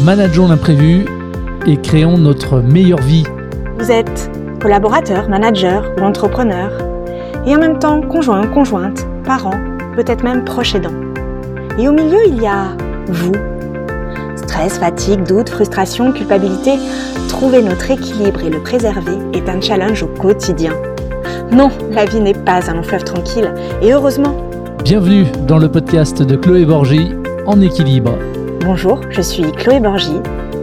Manageons l'imprévu et créons notre meilleure vie. Vous êtes collaborateur, manager ou entrepreneur et en même temps conjoint, conjointe, parent, peut-être même proche aidant. Et au milieu, il y a vous. Stress, fatigue, doute, frustration, culpabilité. Trouver notre équilibre et le préserver est un challenge au quotidien. Non, la vie n'est pas un long fleuve tranquille et heureusement. Bienvenue dans le podcast de Chloé Borgy, En équilibre. Bonjour, je suis Chloé Borgy.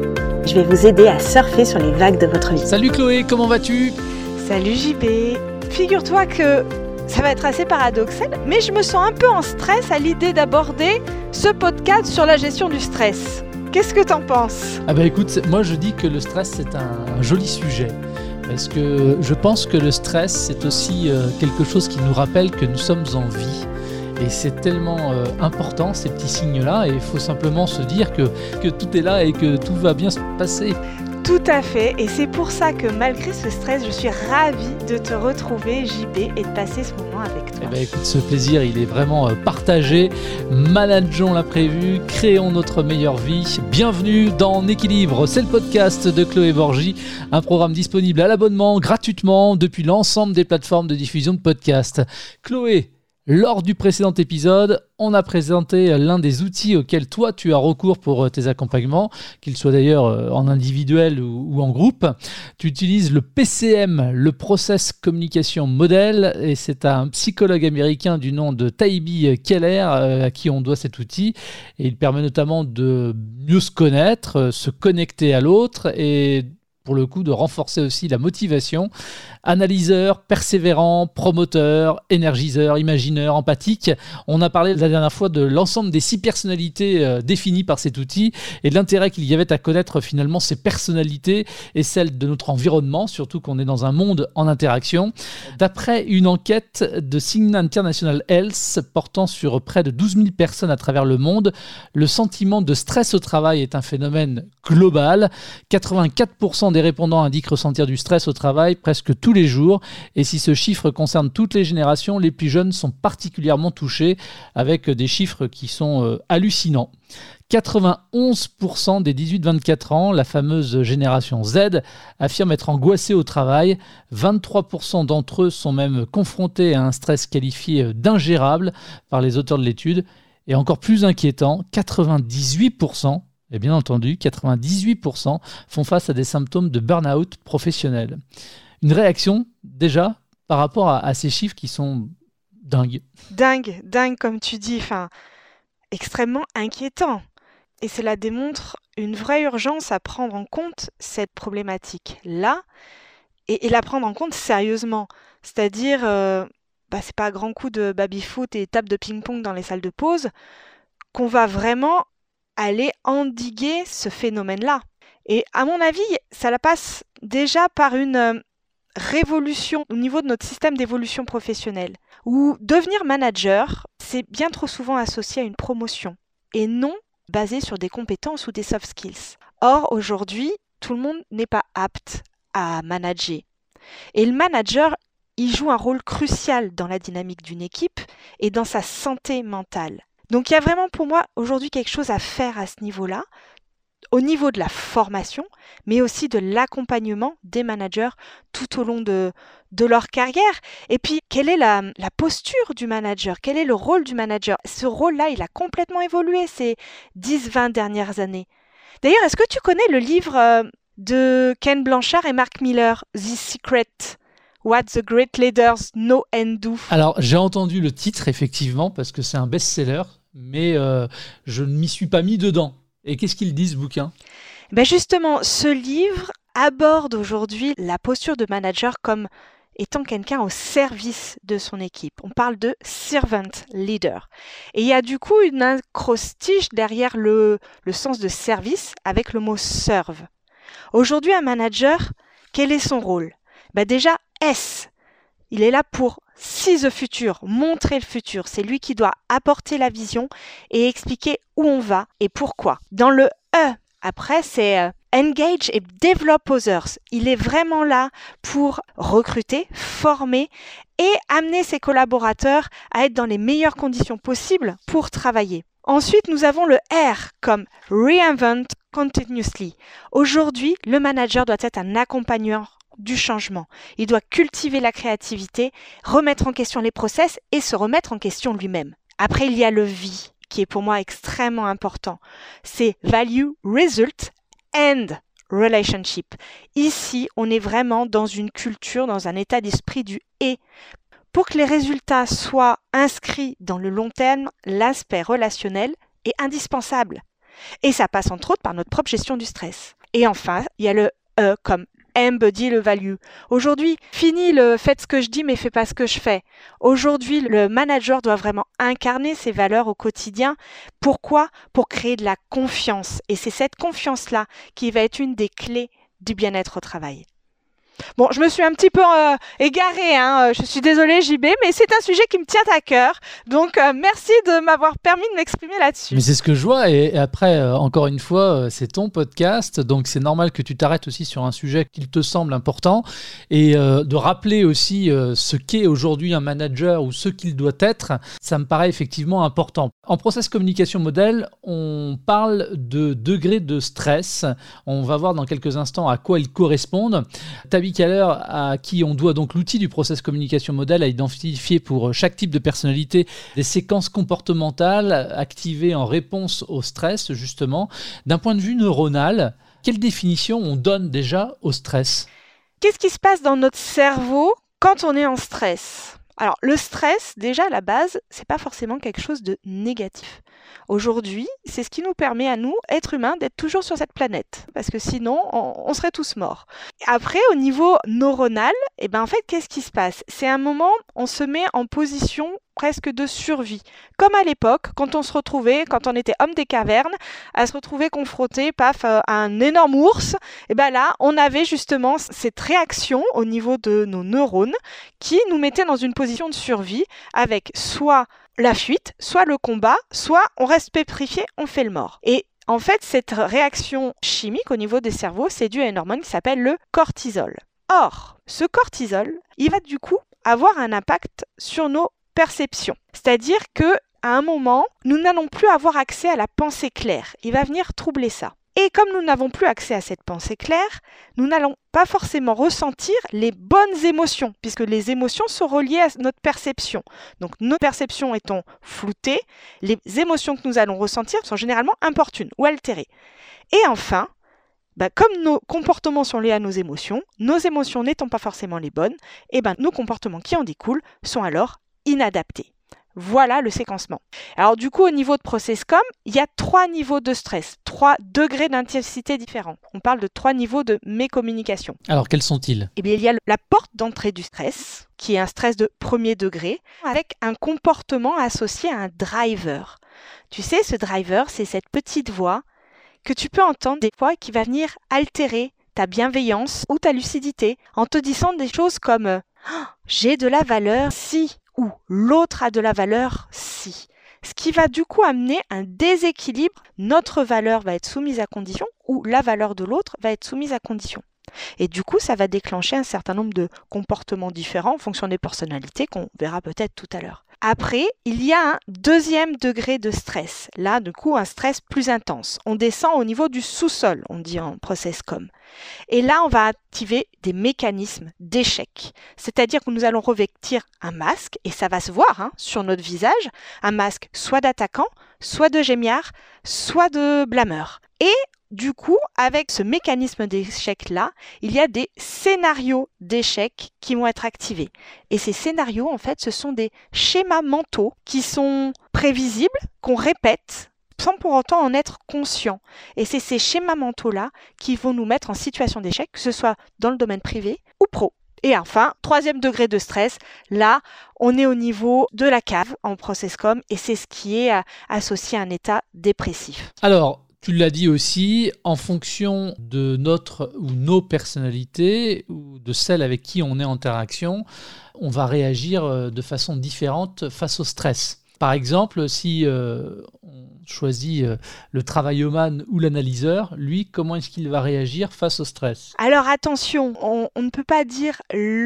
Je vais vous aider à surfer sur les vagues de votre vie. Salut Chloé, comment vas-tu ? Salut JB. Figure-toi que ça va être assez paradoxal, mais je me sens un peu en stress à l'idée d'aborder ce podcast sur la gestion du stress. Qu'est-ce que t'en penses ? Ah bah écoute, moi je dis que le stress c'est un joli sujet. Parce que je pense que le stress c'est aussi quelque chose qui nous rappelle que nous sommes en vie. Et c'est tellement important ces petits signes-là, et il faut simplement se dire que tout est là et que tout va bien se passer. Tout à fait, et c'est pour ça que malgré ce stress, je suis ravie de te retrouver JB et de passer ce moment avec toi. Eh ben écoute, ce plaisir il est vraiment partagé. Manageons l'imprévu, créons notre meilleure vie. Bienvenue dans En équilibre, c'est le podcast de Chloé Borgy, un programme disponible à l'abonnement gratuitement depuis l'ensemble des plateformes de diffusion de podcasts. Chloé, lors du précédent épisode, on a présenté l'un des outils auxquels toi tu as recours pour tes accompagnements, qu'ils soient d'ailleurs en individuel ou en groupe. Tu utilises le PCM, le Process Communication Model, et c'est un psychologue américain du nom de Taibbi Keller à qui on doit cet outil. Et il permet notamment de mieux se connaître, se connecter à l'autre et pour le coup de renforcer aussi la motivation. Analyseur, persévérant, promoteur, énergiseur, imagineur, empathique. On a parlé la dernière fois de l'ensemble des 6 personnalités définies par cet outil et de l'intérêt qu'il y avait à connaître finalement ces personnalités et celles de notre environnement, surtout qu'on est dans un monde en interaction. D'après une enquête de Cigna International Health portant sur près de 12 000 personnes à travers le monde, le sentiment de stress au travail est un phénomène global. 84% des répondants indiquent ressentir du stress au travail presque tous les jours. Et si ce chiffre concerne toutes les générations, les plus jeunes sont particulièrement touchés avec des chiffres qui sont hallucinants. 91% des 18-24 ans, la fameuse génération Z, affirment être angoissés au travail. 23% d'entre eux sont même confrontés à un stress qualifié d'ingérable par les auteurs de l'étude. Et encore plus inquiétant, 98%, et bien entendu, 98% font face à des symptômes de burn-out professionnel. Une réaction, déjà, par rapport à ces chiffres qui sont dingues. Dingue comme tu dis, extrêmement inquiétant. Et cela démontre une vraie urgence à prendre en compte cette problématique-là et la prendre en compte sérieusement. C'est-à-dire, c'est pas à grands coups de baby-foot et table de ping-pong dans les salles de pause qu'on va vraiment aller endiguer ce phénomène-là. Et à mon avis, ça la passe déjà par une révolution au niveau de notre système d'évolution professionnelle, où devenir manager, c'est bien trop souvent associé à une promotion, et non basé sur des compétences ou des soft skills. Or, aujourd'hui, tout le monde n'est pas apte à manager. Et le manager, il joue un rôle crucial dans la dynamique d'une équipe et dans sa santé mentale. Donc il y a vraiment pour moi aujourd'hui quelque chose à faire à ce niveau-là, au niveau de la formation, mais aussi de l'accompagnement des managers tout au long de leur carrière. Et puis, quelle est la posture du manager ? Quel est le rôle du manager ? Ce rôle-là, il a complètement évolué ces 10-20 dernières années. D'ailleurs, est-ce que tu connais le livre de Ken Blanchard et Mark Miller, The Secret ? What the Great Leaders Know and Do. Alors, j'ai entendu le titre, effectivement, parce que c'est un best-seller, mais je ne m'y suis pas mis dedans. Et qu'est-ce qu'il dit, ce bouquin ? Justement, ce livre aborde aujourd'hui la posture de manager comme étant quelqu'un au service de son équipe. On parle de servant leader. Et il y a du coup une acrostiche derrière le sens de service avec le mot serve. Aujourd'hui, un manager, quel est son rôle ? Déjà, il est là pour see the future, montrer le futur. C'est lui qui doit apporter la vision et expliquer où on va et pourquoi. Dans le E, après, c'est engage et develop others. Il est vraiment là pour recruter, former et amener ses collaborateurs à être dans les meilleures conditions possibles pour travailler. Ensuite, nous avons le R comme Reinvent Continuously. Aujourd'hui, le manager doit être un accompagneur du changement. Il doit cultiver la créativité, remettre en question les process et se remettre en question lui-même. Après, il y a le V qui est pour moi extrêmement important. C'est Value, Result and Relationship. Ici, on est vraiment dans une culture, dans un état d'esprit du « et ». Pour que les résultats soient inscrits dans le long terme, l'aspect relationnel est indispensable. Et ça passe entre autres par notre propre gestion du stress. Et enfin, il y a le E comme embody le value. Aujourd'hui, fini le faites ce que je dis mais fais pas ce que je fais. Aujourd'hui, le manager doit vraiment incarner ses valeurs au quotidien. Pourquoi ? Pour créer de la confiance. Et c'est cette confiance-là qui va être une des clés du bien-être au travail. Bon, je me suis un petit peu égarée, hein. Je suis désolée JB, mais c'est un sujet qui me tient à cœur. Donc, merci de m'avoir permis de m'exprimer là-dessus. Mais c'est ce que je vois. Et après, encore une fois, c'est ton podcast. Donc, c'est normal que tu t'arrêtes aussi sur un sujet qui te semble important. Et de rappeler aussi ce qu'est aujourd'hui un manager ou ce qu'il doit être, ça me paraît effectivement important. En process communication modèle, on parle de degré de stress. On va voir dans quelques instants à quoi ils correspondent. Tabi Keller, à qui on doit donc l'outil du process communication modèle, a identifié pour chaque type de personnalité des séquences comportementales activées en réponse au stress, justement. D'un point de vue neuronal, quelle définition on donne déjà au stress ? Qu'est-ce qui se passe dans notre cerveau quand on est en stress ? Alors, le stress, déjà à la base, c'est pas forcément quelque chose de négatif. Aujourd'hui, c'est ce qui nous permet à nous, êtres humains, d'être toujours sur cette planète. Parce que sinon, on serait tous morts. Après, au niveau neuronal, en fait, qu'est-ce qui se passe ? C'est un moment, on se met en position presque de survie. Comme à l'époque, quand on se retrouvait, quand on était homme des cavernes, à se retrouver confronté, à un énorme ours, là, on avait justement cette réaction au niveau de nos neurones qui nous mettait dans une position de survie avec soit la fuite, soit le combat, soit on reste pétrifié, on fait le mort. Et en fait, cette réaction chimique au niveau des cerveaux, c'est dû à une hormone qui s'appelle le cortisol. Or, ce cortisol, il va du coup avoir un impact sur nos perceptions. C'est-à-dire que à un moment, nous n'allons plus avoir accès à la pensée claire. Il va venir troubler ça. Et comme nous n'avons plus accès à cette pensée claire, nous n'allons pas forcément ressentir les bonnes émotions, puisque les émotions sont reliées à notre perception. Donc nos perceptions étant floutées, les émotions que nous allons ressentir sont généralement importunes ou altérées. Et enfin, comme nos comportements sont liés à nos émotions n'étant pas forcément les bonnes, nos comportements qui en découlent sont alors inadaptés. Voilà le séquencement. Alors du coup, au niveau de ProcessCom, il y a 3 niveaux de stress, 3 degrés d'intensité différents. On parle de 3 niveaux de mécommunication. Alors quels sont-ils ? Il y a la porte d'entrée du stress, qui est un stress de premier degré, avec un comportement associé à un driver. Tu sais, ce driver, c'est cette petite voix que tu peux entendre des fois qui va venir altérer ta bienveillance ou ta lucidité en te disant des choses comme « j'ai de la valeur si » ou l'autre a de la valeur si. Ce qui va du coup amener un déséquilibre, notre valeur va être soumise à condition ou la valeur de l'autre va être soumise à condition. Et du coup, ça va déclencher un certain nombre de comportements différents en fonction des personnalités qu'on verra peut-être tout à l'heure. Après, il y a un deuxième degré de stress. Là, du coup, un stress plus intense. On descend au niveau du sous-sol, on dit en ProcessCom. Et là, on va activer des mécanismes d'échec. C'est-à-dire que nous allons revêtir un masque, et ça va se voir sur notre visage, un masque soit d'attaquant, soit de gémiard, soit de blâmeur. Et du coup, avec ce mécanisme d'échec-là, il y a des scénarios d'échec qui vont être activés. Et ces scénarios, en fait, ce sont des schémas mentaux qui sont prévisibles, qu'on répète, sans pour autant en être conscient. Et c'est ces schémas mentaux-là qui vont nous mettre en situation d'échec, que ce soit dans le domaine privé ou pro. Et enfin, 3e degré de stress, là, on est au niveau de la cave en ProcessCom et c'est ce qui est associé à un état dépressif. Alors, tu l'as dit aussi, en fonction de notre ou nos personnalités ou de celles avec qui on est en interaction, on va réagir de façon différente face au stress. Par exemple, si on choisit le travaillomane ou l'analyseur, lui, comment est-ce qu'il va réagir face au stress ? Alors attention, on ne peut pas dire le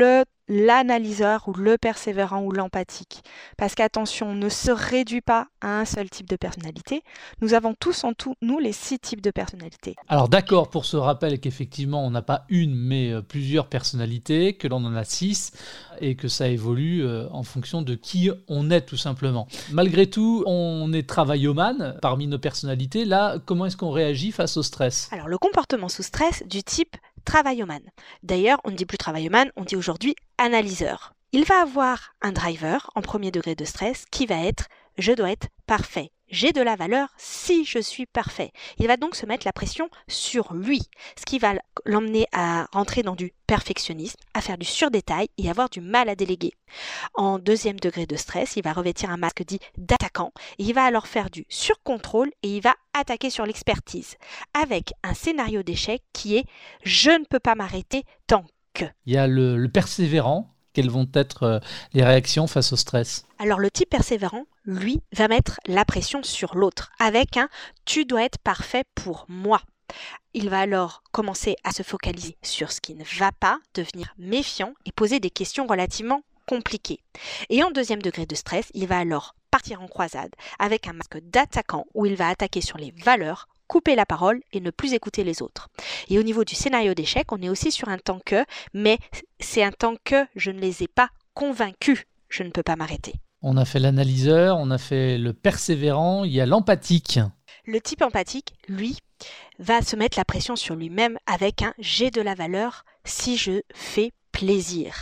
l'analyseur ou le persévérant ou l'empathique. Parce qu'attention, on ne se réduit pas à un seul type de personnalité. Nous avons tous en tout, nous, les 6 types de personnalités. Alors d'accord pour ce rappel qu'effectivement on n'a pas une mais plusieurs personnalités, que l'on en a 6 et que ça évolue en fonction de qui on est tout simplement. Malgré tout, on est travaillomane parmi nos personnalités. Là, comment est-ce qu'on réagit face au stress ? Alors le comportement sous stress du type travaillomane. D'ailleurs, on ne dit plus travaillomane, on dit aujourd'hui analyseur. Il va avoir un driver en premier degré de stress qui va être « je dois être parfait ». J'ai de la valeur si je suis parfait. Il va donc se mettre la pression sur lui, ce qui va l'emmener à rentrer dans du perfectionnisme, à faire du surdétail et avoir du mal à déléguer. En deuxième degré de stress, il va revêtir un masque dit d'attaquant et il va alors faire du surcontrôle et il va attaquer sur l'expertise, avec un scénario d'échec qui est « je ne peux pas m'arrêter tant que ». Il y a le persévérant. Quelles vont être les réactions face au stress ? Alors le type persévérant, lui, va mettre la pression sur l'autre avec un « tu dois être parfait pour moi ». Il va alors commencer à se focaliser sur ce qui ne va pas, devenir méfiant et poser des questions relativement compliquées. Et en deuxième degré de stress, il va alors partir en croisade avec un masque d'attaquant où il va attaquer sur les valeurs, couper la parole et ne plus écouter les autres. Et au niveau du scénario d'échec, on est aussi sur un tant que, mais c'est un tant que je ne les ai pas convaincus, je ne peux pas m'arrêter. On a fait l'analyseur, on a fait le persévérant, il y a l'empathique. Le type empathique, lui, va se mettre la pression sur lui-même avec un « j'ai de la valeur si je fais plaisir ».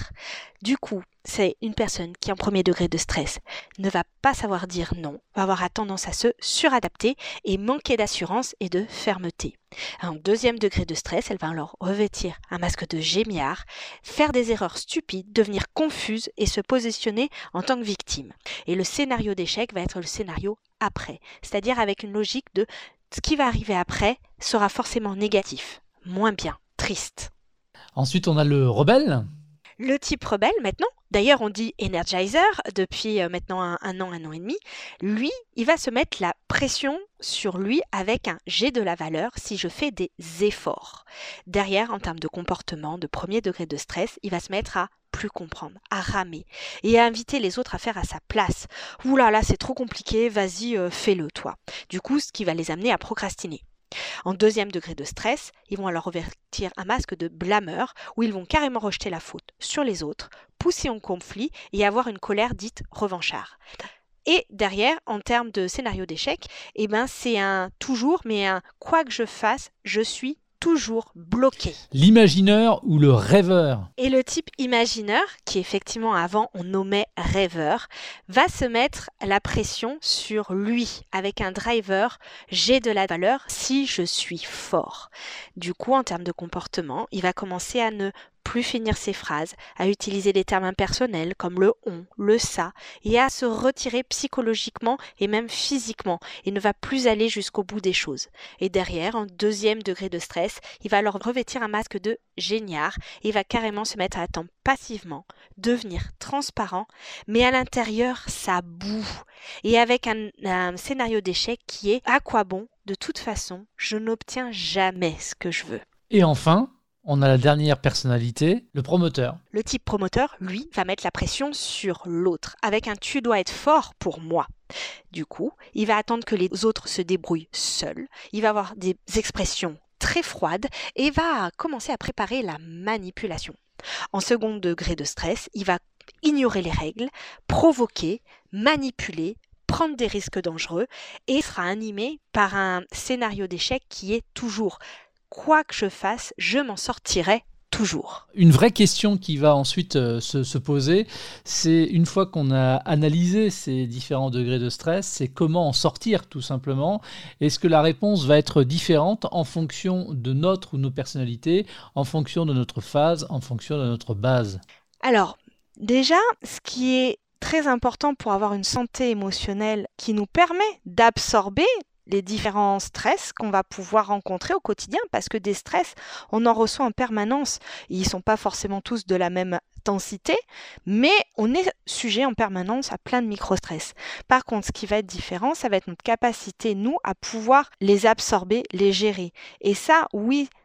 Du coup, c'est une personne qui, en premier degré de stress, ne va pas savoir dire non, va avoir tendance à se suradapter et manquer d'assurance et de fermeté. En deuxième degré de stress, elle va alors revêtir un masque de gémiard, faire des erreurs stupides, devenir confuse et se positionner en tant que victime. Et le scénario d'échec va être le scénario après, c'est-à-dire avec une logique de ce qui va arriver après sera forcément négatif, moins bien, triste. Ensuite, on a le rebelle. Le type rebelle, maintenant, d'ailleurs on dit Energizer depuis maintenant un an et demi, lui, il va se mettre la pression sur lui avec un « j'ai de la valeur si je fais des efforts ». Derrière, en termes de comportement, de premier degré de stress, il va se mettre à plus comprendre, à ramer et à inviter les autres à faire à sa place. « Ouh là là, c'est trop compliqué, vas-y, fais-le toi ». Du coup, ce qui va les amener à procrastiner. En deuxième degré de stress, ils vont alors revêtir un masque de blâmeur où ils vont carrément rejeter la faute sur les autres, pousser en conflit et avoir une colère dite revanchard. Et derrière, en termes de scénario d'échec, c'est un toujours, mais un quoi que je fasse, je suis toujours bloqué. L'imagineur ou le rêveur. Et le type imagineur, qui effectivement avant on nommait rêveur, va se mettre la pression sur lui avec un driver « j'ai de la valeur si je suis fort ». Du coup, en termes de comportement, il va commencer à ne plus finir ses phrases, à utiliser des termes impersonnels comme le on, le ça, et à se retirer psychologiquement et même physiquement, et ne va plus aller jusqu'au bout des choses. Et derrière, en deuxième degré de stress, il va alors revêtir un masque de géniard, et il va carrément se mettre à attendre passivement, devenir transparent, mais à l'intérieur, ça boue. Et avec un scénario d'échec qui est « à quoi bon ? De toute façon, je n'obtiens jamais ce que je veux ». Et enfin, on a la dernière personnalité, le promoteur. Le type promoteur, lui, va mettre la pression sur l'autre, avec un « tu dois être fort pour moi ». Du coup, il va attendre que les autres se débrouillent seuls, il va avoir des expressions très froides et va commencer à préparer la manipulation. En second degré de stress, il va ignorer les règles, provoquer, manipuler, prendre des risques dangereux et sera animé par un scénario d'échec qui est toujours « quoi que je fasse, je m'en sortirai toujours ». Une vraie question qui va ensuite se poser, c'est une fois qu'on a analysé ces différents degrés de stress, c'est comment en sortir tout simplement. Est-ce que la réponse va être différente en fonction de notre ou nos personnalités, en fonction de notre phase, en fonction de notre base ? Alors, déjà, ce qui est très important pour avoir une santé émotionnelle qui nous permet d'absorber les différents stress qu'on va pouvoir rencontrer au quotidien, parce que des stress, on en reçoit en permanence. Ils ne sont pas forcément tous de la même intensité, mais on est sujet en permanence à plein de micro-stress. Par contre, ce qui va être différent, ça va être notre capacité, nous, à pouvoir les absorber, les gérer. Et ça, oui,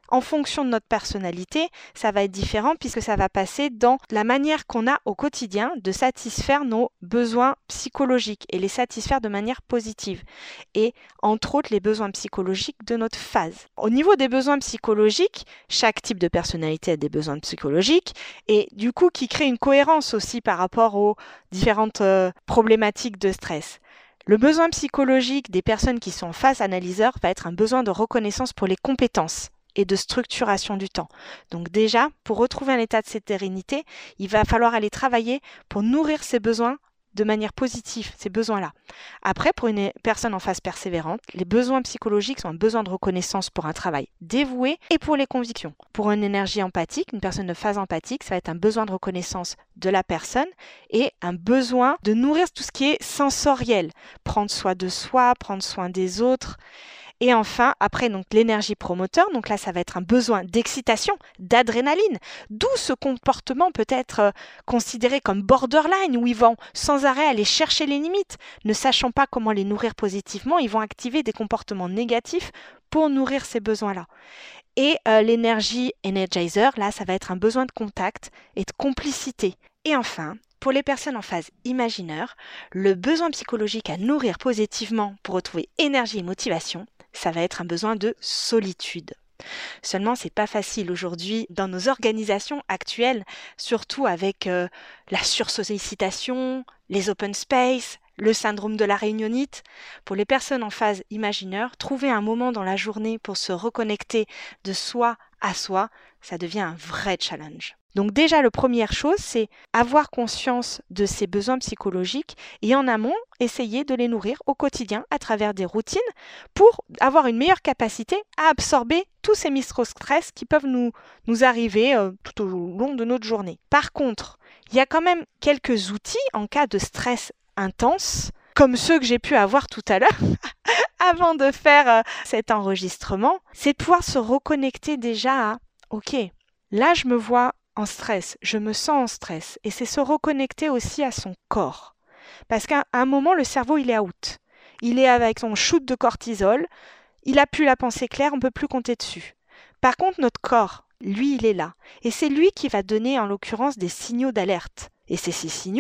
En fonction de notre personnalité, ça va être différent puisque ça va passer dans la manière qu'on a au quotidien de satisfaire nos besoins psychologiques et les satisfaire de manière positive. Et entre autres, les besoins psychologiques de notre phase. Au niveau des besoins psychologiques, chaque type de personnalité a des besoins psychologiques et du coup qui crée une cohérence aussi par rapport aux différentes problématiques de stress. Le besoin psychologique des personnes qui sont en phase analyseur va être un besoin de reconnaissance pour les compétences et de structuration du temps. Donc déjà, pour retrouver un état de sérénité, il va falloir aller travailler pour nourrir ces besoins de manière positive, ces besoins-là. Après, pour une personne en phase persévérante, les besoins psychologiques sont un besoin de reconnaissance pour un travail dévoué et pour les convictions. Pour une énergie empathique, une personne de phase empathique, ça va être un besoin de reconnaissance de la personne et un besoin de nourrir tout ce qui est sensoriel, prendre soin de soi, prendre soin des autres. Et enfin, après, donc l'énergie promoteur, donc là, ça va être un besoin d'excitation, d'adrénaline, d'où ce comportement peut être considéré comme borderline, où ils vont sans arrêt aller chercher les limites, ne sachant pas comment les nourrir positivement, ils vont activer des comportements négatifs pour nourrir ces besoins-là. Et l'énergie energizer, là, ça va être un besoin de contact et de complicité. Et enfin, pour les personnes en phase imaginaire, le besoin psychologique à nourrir positivement pour retrouver énergie et motivation, ça va être un besoin de solitude. Seulement, c'est pas facile aujourd'hui dans nos organisations actuelles, surtout avec la sursollicitation, les open space, le syndrome de la réunionnite. Pour les personnes en phase imaginaire, trouver un moment dans la journée pour se reconnecter de soi à soi, ça devient un vrai challenge. Donc déjà, la première chose, c'est avoir conscience de ses besoins psychologiques et en amont, essayer de les nourrir au quotidien à travers des routines pour avoir une meilleure capacité à absorber tous ces micro-stress qui peuvent nous arriver tout au long de notre journée. Par contre, il y a quand même quelques outils en cas de stress intense, comme ceux que j'ai pu avoir tout à l'heure avant de faire cet enregistrement, c'est de pouvoir se reconnecter déjà à « Ok, là je me vois en stress, je me sens en stress » et c'est se reconnecter aussi à son corps. Parce qu'à un moment, le cerveau, il est out. Il est avec son shoot de cortisol, il n'a plus la pensée claire, on ne peut plus compter dessus. Par contre, notre corps, lui, il est là. Et c'est lui qui va donner, en l'occurrence, des signaux d'alerte. Et c'est ces signaux,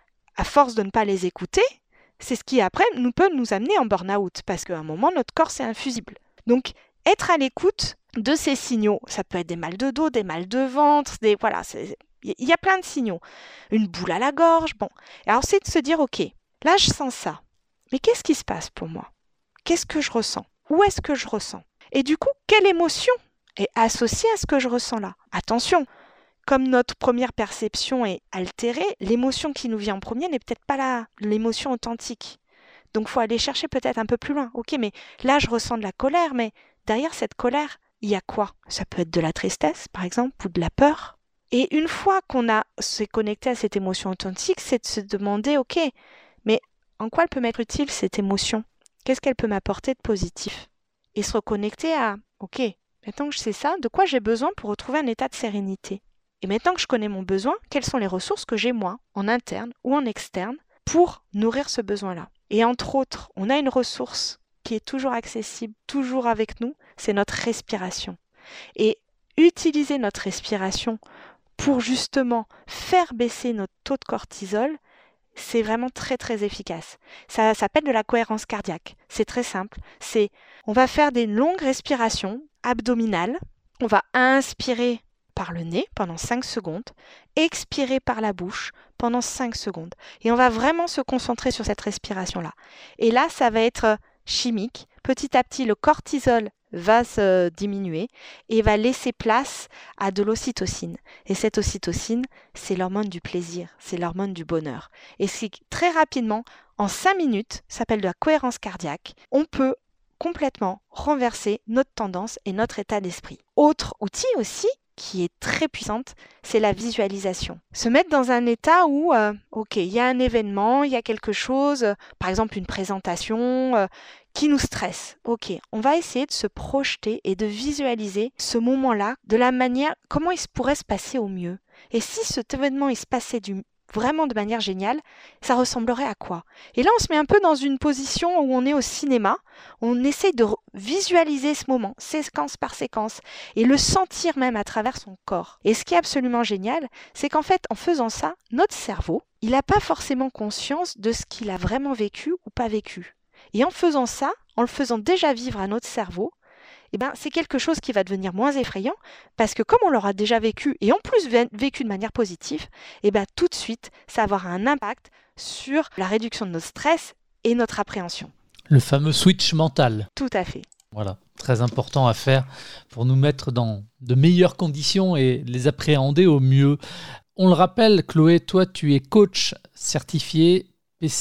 à force de ne pas les écouter, c'est ce qui, après, peut nous amener en burn-out. Parce qu'à un moment, notre corps, c'est infusible. Donc, être à l'écoute de ces signaux, ça peut être des mal de dos, des mal de ventre, voilà, il y a plein de signaux. Une boule à la gorge, bon. Alors, c'est de se dire, ok, là, je sens ça. Mais qu'est-ce qui se passe pour moi? Qu'est-ce que je ressens? Où est-ce que je ressens? Et du coup, quelle émotion est associée à ce que je ressens là? Attention, comme notre première perception est altérée, l'émotion qui nous vient en premier n'est peut-être pas l'émotion authentique. Donc, il faut aller chercher peut-être un peu plus loin. Ok, mais là, je ressens de la colère, mais derrière cette colère, il y a quoi? Ça peut être de la tristesse, par exemple, ou de la peur. Et une fois qu'on s'est connecté à cette émotion authentique, c'est de se demander, ok, mais en quoi elle peut m'être utile cette émotion? Qu'est-ce qu'elle peut m'apporter de positif? Et se reconnecter à, ok, maintenant que je sais ça, de quoi j'ai besoin pour retrouver un état de sérénité? Et maintenant que je connais mon besoin, quelles sont les ressources que j'ai moi, en interne ou en externe, pour nourrir ce besoin-là? Et entre autres, on a une ressource qui est toujours accessible, toujours avec nous, c'est notre respiration. Et utiliser notre respiration pour justement faire baisser notre taux de cortisol, c'est vraiment très très efficace. Ça s'appelle de la cohérence cardiaque. C'est très simple. On va faire des longues respirations abdominales. On va inspirer par le nez pendant 5 secondes, expirer par la bouche pendant 5 secondes. Et on va vraiment se concentrer sur cette respiration-là. Et là, ça va être chimique. Petit à petit, le cortisol va se diminuer et va laisser place à de l'ocytocine. Et cette ocytocine, c'est l'hormone du plaisir, c'est l'hormone du bonheur. Et c'est très rapidement, en 5 minutes, ça s'appelle de la cohérence cardiaque, on peut complètement renverser notre tendance et notre état d'esprit. Autre outil aussi, qui est très puissante, c'est la visualisation. Se mettre dans un état où, ok, il y a un événement, il y a quelque chose, par exemple une présentation qui nous stresse. Ok, on va essayer de se projeter et de visualiser ce moment-là de la manière, comment il pourrait se passer au mieux. Et si cet événement il se passait vraiment de manière géniale, ça ressemblerait à quoi? Et là, on se met un peu dans une position où on est au cinéma, on essaye de visualiser ce moment, séquence par séquence, et le sentir même à travers son corps. Et ce qui est absolument génial, c'est qu'en fait, en faisant ça, notre cerveau, il n'a pas forcément conscience de ce qu'il a vraiment vécu ou pas vécu. Et en faisant ça, en le faisant déjà vivre à notre cerveau, c'est quelque chose qui va devenir moins effrayant parce que comme on l'aura déjà vécu et en plus vécu de manière positive, tout de suite, ça va avoir un impact sur la réduction de notre stress et notre appréhension. Le fameux switch mental. Tout à fait. Voilà, très important à faire pour nous mettre dans de meilleures conditions et les appréhender au mieux. On le rappelle, Chloé, toi, tu es coach certifié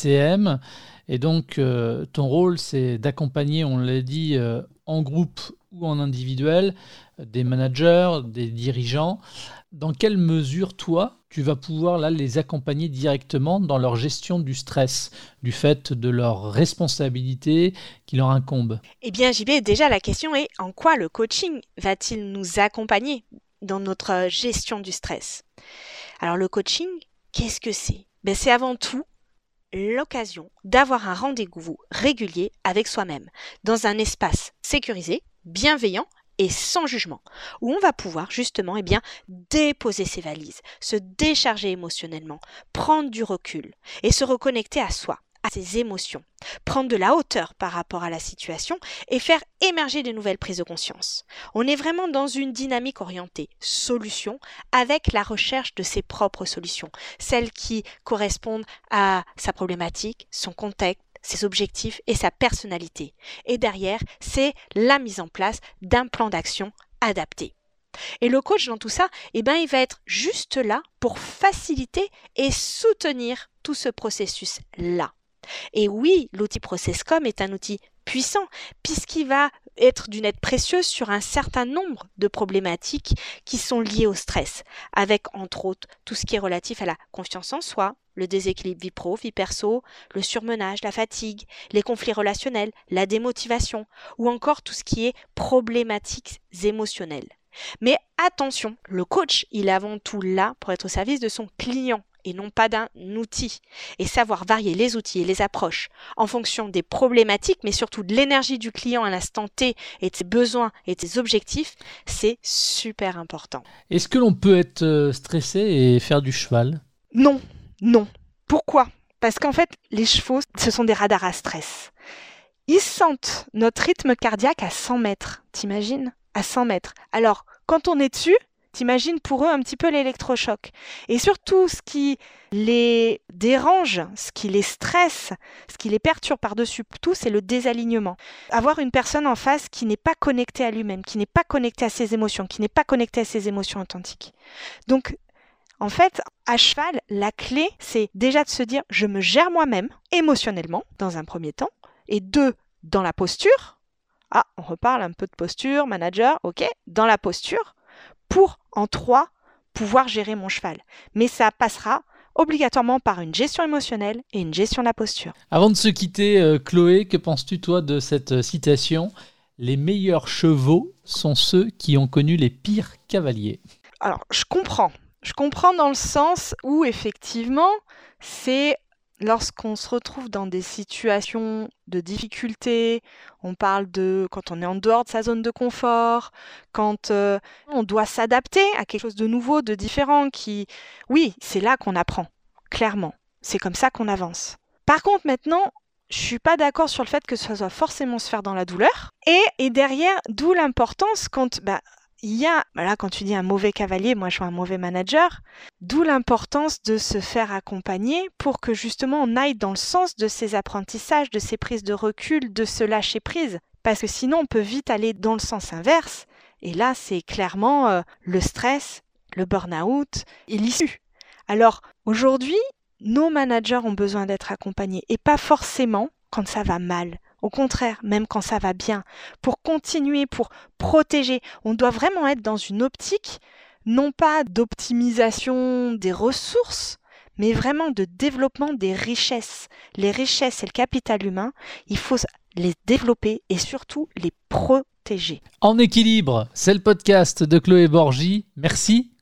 PCM et donc ton rôle, c'est d'accompagner, on l'a dit, en groupe ou en individuel, des managers, des dirigeants. Dans quelle mesure, toi, tu vas pouvoir là, les accompagner directement dans leur gestion du stress, du fait de leur responsabilité qui leur incombe? Eh bien, JB, déjà la question est en quoi le coaching va-t-il nous accompagner dans notre gestion du stress? Alors le coaching, qu'est-ce que c'est? C'est avant tout l'occasion d'avoir un rendez-vous régulier avec soi-même, dans un espace sécurisé, bienveillant et sans jugement, où on va pouvoir justement déposer ses valises, se décharger émotionnellement, prendre du recul et se reconnecter à soi, à ses émotions, prendre de la hauteur par rapport à la situation et faire émerger de nouvelles prises de conscience. On est vraiment dans une dynamique orientée solution avec la recherche de ses propres solutions, celles qui correspondent à sa problématique, son contexte, ses objectifs et sa personnalité. Et derrière, c'est la mise en place d'un plan d'action adapté. Et le coach dans tout ça, il va être juste là pour faciliter et soutenir tout ce processus-là. Et oui, l'outil ProcessCom est un outil puissant puisqu'il va être d'une aide précieuse sur un certain nombre de problématiques qui sont liées au stress, avec entre autres tout ce qui est relatif à la confiance en soi, le déséquilibre vie pro, vie perso, le surmenage, la fatigue, les conflits relationnels, la démotivation ou encore tout ce qui est problématiques émotionnelles. Mais attention, le coach, il est avant tout là pour être au service de son client et non pas d'un outil. Et savoir varier les outils et les approches en fonction des problématiques, mais surtout de l'énergie du client à l'instant T et de ses besoins et de ses objectifs, c'est super important. Est-ce que l'on peut être stressé et faire du cheval? Non. Pourquoi? Parce qu'en fait, les chevaux, ce sont des radars à stress. Ils sentent notre rythme cardiaque à 100 mètres. T'imagines? À 100 mètres. Alors, quand on est dessus, t'imagines pour eux un petit peu l'électrochoc. Et surtout, ce qui les dérange, ce qui les stresse, ce qui les perturbe par-dessus tout, c'est le désalignement. Avoir une personne en face qui n'est pas connectée à lui-même, qui n'est pas connectée à ses émotions, qui n'est pas connectée à ses émotions authentiques. Donc, en fait, à cheval, la clé, c'est déjà de se dire « je me gère moi-même émotionnellement, dans un premier temps », et 2, dans la posture. Ah, on reparle un peu de posture, manager, ok, dans la posture, pour, en 3, pouvoir gérer mon cheval. Mais ça passera obligatoirement par une gestion émotionnelle et une gestion de la posture. Avant de se quitter, Chloé, que penses-tu, toi, de cette citation ? Les meilleurs chevaux sont ceux qui ont connu les pires cavaliers. Alors, je comprends dans le sens où, effectivement, c'est lorsqu'on se retrouve dans des situations de difficulté, on parle de quand on est en dehors de sa zone de confort, quand on doit s'adapter à quelque chose de nouveau, de différent, oui, c'est là qu'on apprend, clairement. C'est comme ça qu'on avance. Par contre, maintenant, je suis pas d'accord sur le fait que ça doit forcément se faire dans la douleur. Et derrière, d'où l'importance quand... il y a, là quand tu dis un mauvais cavalier, moi je vois un mauvais manager, d'où l'importance de se faire accompagner pour que justement on aille dans le sens de ces apprentissages, de ces prises de recul, de se lâcher prise. Parce que sinon on peut vite aller dans le sens inverse, et là c'est clairement le stress, le burn-out et l'issue. Alors aujourd'hui, nos managers ont besoin d'être accompagnés, et pas forcément quand ça va mal. Au contraire, même quand ça va bien, pour continuer, pour protéger, on doit vraiment être dans une optique, non pas d'optimisation des ressources, mais vraiment de développement des richesses. Les richesses et le capital humain, il faut les développer et surtout les protéger. En équilibre, c'est le podcast de Chloé Borgy. Merci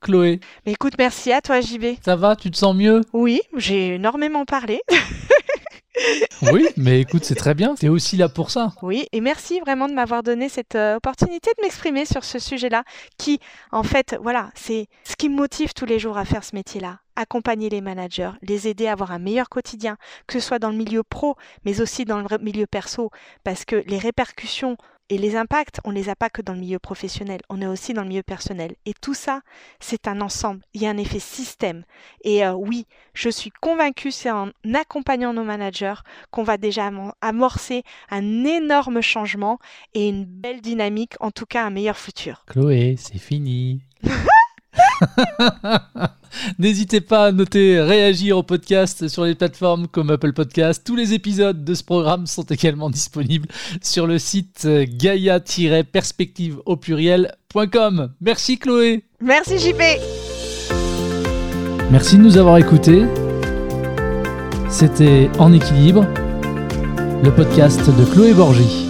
Chloé. Mais écoute, merci à toi JB. Ça va, tu te sens mieux? Oui, j'ai énormément parlé. Oui, mais écoute, c'est très bien. T'es aussi là pour ça. Oui, et merci vraiment de m'avoir donné cette opportunité de m'exprimer sur ce sujet-là, qui, en fait, voilà, c'est ce qui me motive tous les jours à faire ce métier-là. Accompagner les managers, les aider à avoir un meilleur quotidien, que ce soit dans le milieu pro, mais aussi dans le milieu perso, parce que les répercussions et les impacts, on ne les a pas que dans le milieu professionnel, on est aussi dans le milieu personnel. Et tout ça, c'est un ensemble, il y a un effet système. Et oui, je suis convaincue, c'est en accompagnant nos managers qu'on va déjà amorcer un énorme changement et une belle dynamique, en tout cas un meilleur futur. Chloé, c'est fini. N'hésitez pas à noter, réagir au podcast sur les plateformes comme Apple Podcast. Tous les épisodes de ce programme sont également disponibles sur le site gaia-perspective.com. Merci Chloé. Merci JP. Merci de nous avoir écoutés. C'était En équilibre, le podcast de Chloé Borgy.